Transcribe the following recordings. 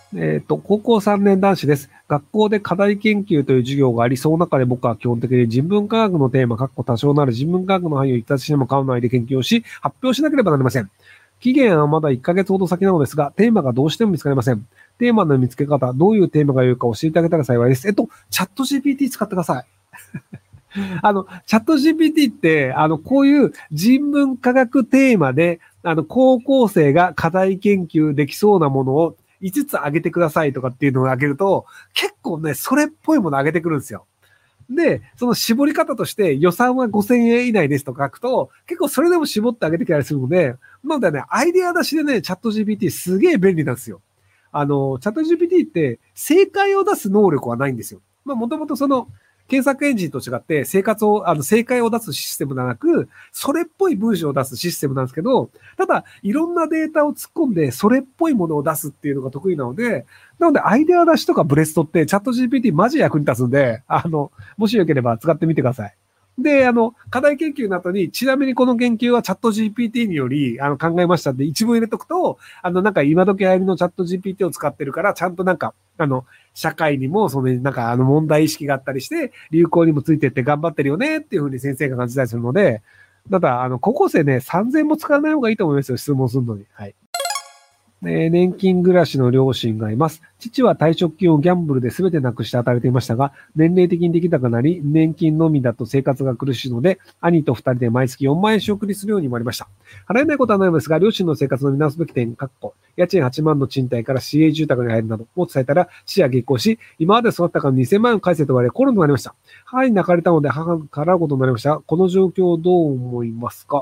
高校3年男子です。学校で課題研究という授業があり、その中で僕は基本的に人文科学のテーマ、多少なる人文科学の範囲を一括しても構わないで研究をし、発表しなければなりません。期限はまだ1ヶ月ほど先なのですが、テーマがどうしても見つかりません。テーマの見つけ方、どういうテーマが良いか教えてあげたら幸いです。チャット GPT 使ってください。チャット GPT って、こういう人文科学テーマで、高校生が課題研究できそうなものを5つ挙げてくださいとかっていうのを挙げると、結構ね、それっぽいものを挙げてくるんですよ。で、その絞り方として予算は5000円以内ですとか書くと、結構それでも絞ってあげてきたりするので、なのでね、アイデア出しでね、チャット GPT すげえ便利なんですよ。チャット GPT って正解を出す能力はないんですよ。もともとその、検索エンジンと違って正解を出すシステムではなく、それっぽい文章を出すシステムなんですけど、ただ、いろんなデータを突っ込んで、それっぽいものを出すっていうのが得意なので、アイデア出しとかブレストってチャット GPT マジ役に立つんで、もしよければ使ってみてください。で、課題研究の後に、ちなみにこの研究はチャット GPT により、考えましたって一文入れとくと、今時流行りのチャット GPT を使ってるから、ちゃんと社会にも、問題意識があったりして、流行にもついてって頑張ってるよねっていうふうに先生が感じたりするので、ただ、高校生ね、3000も使わない方がいいと思いますよ、質問するのに。はい。年金暮らしの両親がいます。父は退職金をギャンブルで全てなくして働いていましたが、年齢的にできなくなり、年金のみだと生活が苦しいので、兄と二人で毎月4万円仕送りするようになりました。払えないことはないのですが、両親の生活の見直すべき点、家賃8万の賃貸から市営住宅に入るなどを伝えたら、市は激高し、今まで育ったから2000万円返せと言われ、コロナになりました。母に泣かれたので母からうことになりました。この状況をどう思いますか？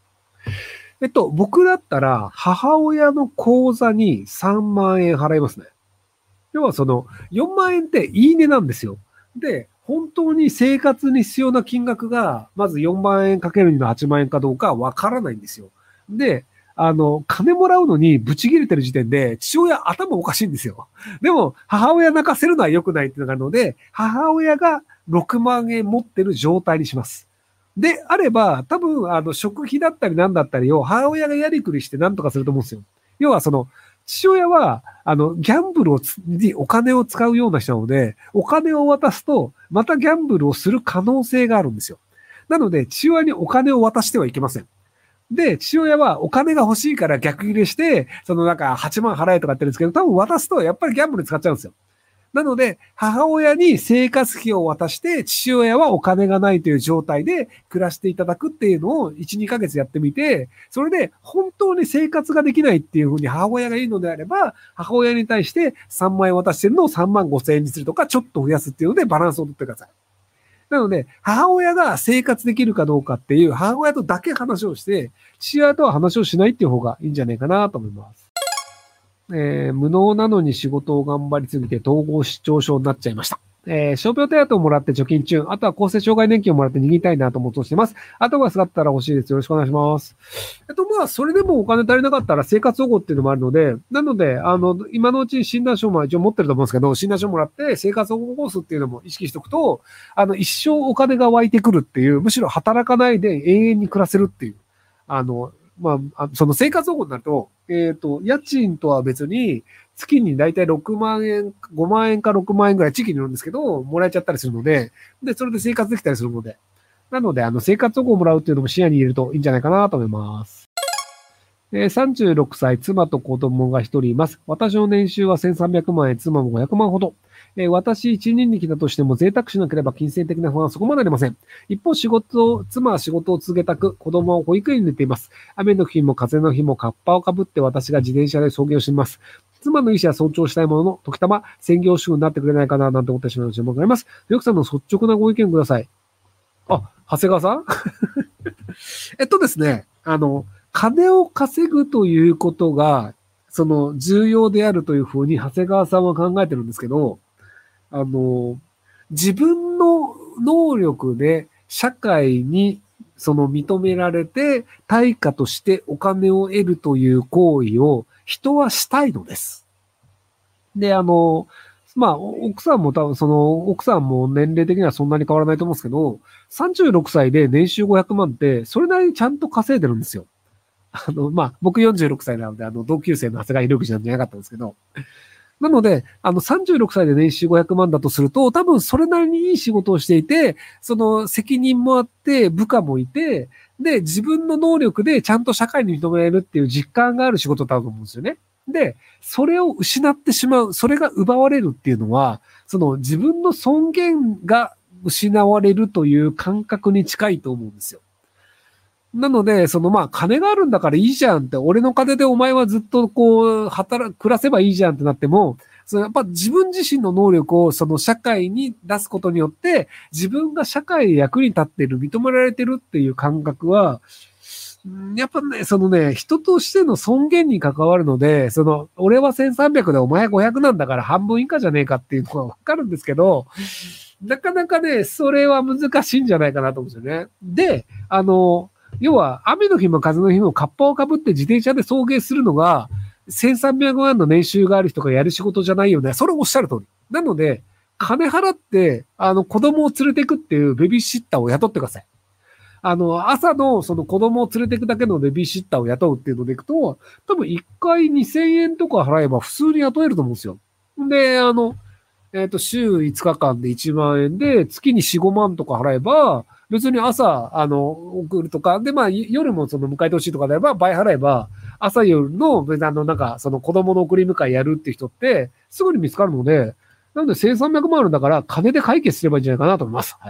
僕だったら、母親の口座に3万円払いますね。要は4万円っていいねなんですよ。で、本当に生活に必要な金額が、まず4万円かける2の8万円かどうかわからないんですよ。で、金もらうのにブチ切れてる時点で、父親頭おかしいんですよ。でも、母親泣かせるのは良くないっていうのがあるので、母親が6万円持ってる状態にします。であれば、多分、食費だったり何だったりを母親がやりくりして何とかすると思うんですよ。要は父親は、ギャンブルにお金を使うような人なので、お金を渡すと、またギャンブルをする可能性があるんですよ。なので、父親にお金を渡してはいけません。で、父親はお金が欲しいから逆切れして、8万払えとか言ってるんですけど、多分渡すとやっぱりギャンブルに使っちゃうんですよ。なので、母親に生活費を渡して、父親はお金がないという状態で暮らしていただくっていうのを1、2ヶ月やってみて、それで本当に生活ができないっていうふうに母親が言うのであれば、母親に対して3万円渡してるのを3万5千円にするとか、ちょっと増やすっていうのでバランスを取ってください。なので、母親が生活できるかどうかっていう、母親とだけ話をして、父親とは話をしないっていう方がいいんじゃないかなと思います。無能なのに仕事を頑張りすぎて統合失調症になっちゃいました。傷病手当をもらって貯金中、あとは厚生障害年金をもらって逃げたいなと思ってしてます。あとがすがったら欲しいです。よろしくお願いします。それでもお金足りなかったら生活保護っていうのもあるので、なので、今のうち診断書も一応持ってると思うんですけど、診断書もらって生活保護コースっていうのも意識しておくと、一生お金が湧いてくるっていう、むしろ働かないで永遠に暮らせるっていう、その生活保護になると、家賃とは別に、月にだいたい6万円、5万円か6万円ぐらい地域によるんですけど、もらえちゃったりするので、それで生活できたりするので。なので、生活保護をもらうっていうのも視野に入れるといいんじゃないかなと思います。36歳、妻と子供が1人います。私の年収は1300万円、妻も500万ほど。私一人力だとしても贅沢しなければ金銭的な不安はそこまでありません。一方妻は仕事を続けたく、子供を保育園に寝ています。雨の日も風の日もカッパをかぶって私が自転車で送迎をしています。妻の意思は尊重したいものの、時たま専業主婦になってくれないかななんて思ってしまうので、ございます。よくさんの率直なご意見ください。長谷川さんですね、金を稼ぐということが、重要であるというふうに長谷川さんは考えてるんですけど、自分の能力で社会に認められて対価としてお金を得るという行為を人はしたいのです。で、奥さんも奥さんも年齢的にはそんなに変わらないと思うんですけど、36歳で年収500万って、それなりにちゃんと稼いでるんですよ。僕46歳なので、同級生の長谷川博之なんじゃなかったんですけど、 なので、36歳で年収500万だとすると、多分それなりにいい仕事をしていて、その責任もあって、部下もいて、で、自分の能力でちゃんと社会に認められるっていう実感がある仕事だと思うんですよね。で、それを失ってしまう、それが奪われるっていうのは、その自分の尊厳が失われるという感覚に近いと思うんですよ。なので、金があるんだからいいじゃんって、俺の金でお前はずっと暮らせばいいじゃんってなっても、やっぱ自分自身の能力をその社会に出すことによって、自分が社会で役に立っている、認められてるっていう感覚は、やっぱね、人としての尊厳に関わるので、俺は1300でお前500なんだから半分以下じゃねえかっていうのはわかるんですけど、なかなかね、それは難しいんじゃないかなと思うんですよね。で、要は、雨の日も風の日もカッパをかぶって自転車で送迎するのが、1300万の年収がある人がやる仕事じゃないよね。それおっしゃる通り。なので、金払って、子供を連れていくっていうベビーシッターを雇ってください。朝のその子供を連れていくだけのベビーシッターを雇うっていうのでいくと、多分1回2000円とか払えば普通に雇えると思うんですよ。で、週5日間で1万円で、月に4、5万とか払えば、別に朝、送るとか、で、夜も迎えてほしいとかであれば、倍払えば、朝夜の、子供の送り迎えやるって人って、すぐに見つかるので、なので1300万あるんだから、金で解決すればいいんじゃないかなと思います。はい。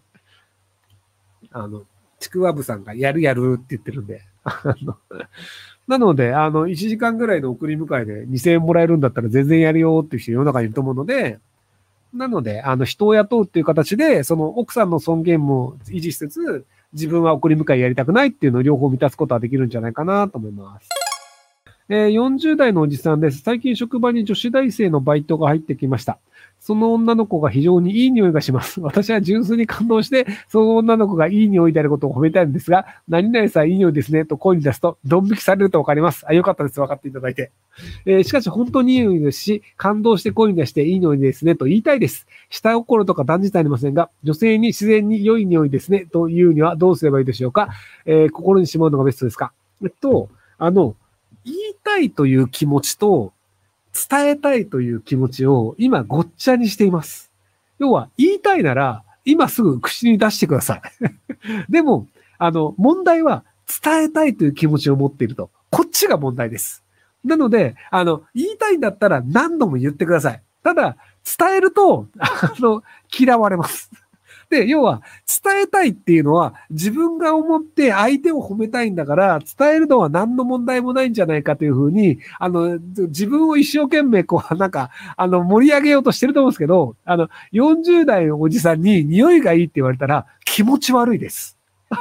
ちくわぶさんがやるって言ってるんで。なので、1時間ぐらいの送り迎えで2000円もらえるんだったら全然やるよっていう人世の中にいると思うので、なので、人を雇うっていう形で、その奥さんの尊厳も維持しつつ、自分は送り迎えやりたくないっていうのを両方満たすことはできるんじゃないかなと思います。40代のおじさんです。最近職場に女子大生のバイトが入ってきました。その女の子が非常にいい匂いがします。私は純粋に感動して、その女の子がいい匂いであることを褒めたいんですが、何々さんいい匂いですね、と声に出すと、ドン引きされるとわかります。よかったです。分かっていただいて。しかし本当にいい匂いですし、感動して声に出していい匂いですね、と言いたいです。下心とか断じてありませんが、女性に自然に良い匂いですね、というにはどうすればいいでしょうか。心にしまうのがベストですか。言いたいという気持ちと、伝えたいという気持ちを今ごっちゃにしています。要は、言いたいなら、今すぐ口に出してください。でも、問題は、伝えたいという気持ちを持っていると。こっちが問題です。なので、言いたいんだったら何度も言ってください。ただ、伝えると、嫌われます。で、要は、伝えたいっていうのは、自分が思って相手を褒めたいんだから、伝えるのは何の問題もないんじゃないかというふうに、自分を一生懸命、盛り上げようとしてると思うんですけど、40代のおじさんに匂いがいいって言われたら、気持ち悪いです。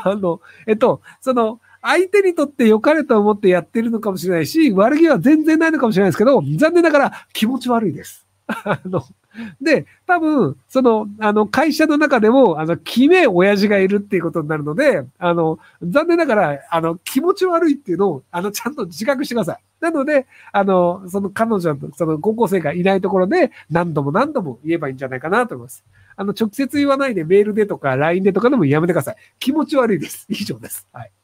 相手にとって良かれと思ってやってるのかもしれないし、悪気は全然ないのかもしれないですけど、残念ながら気持ち悪いです。で、多分、会社の中でも、決め親父がいるっていうことになるので、残念ながら、気持ち悪いっていうのを、ちゃんと自覚してください。なので、彼女と、高校生がいないところで、何度も何度も言えばいいんじゃないかなと思います。直接言わないでメールでとか LINE でとかでもやめてください。気持ち悪いです。以上です。はい。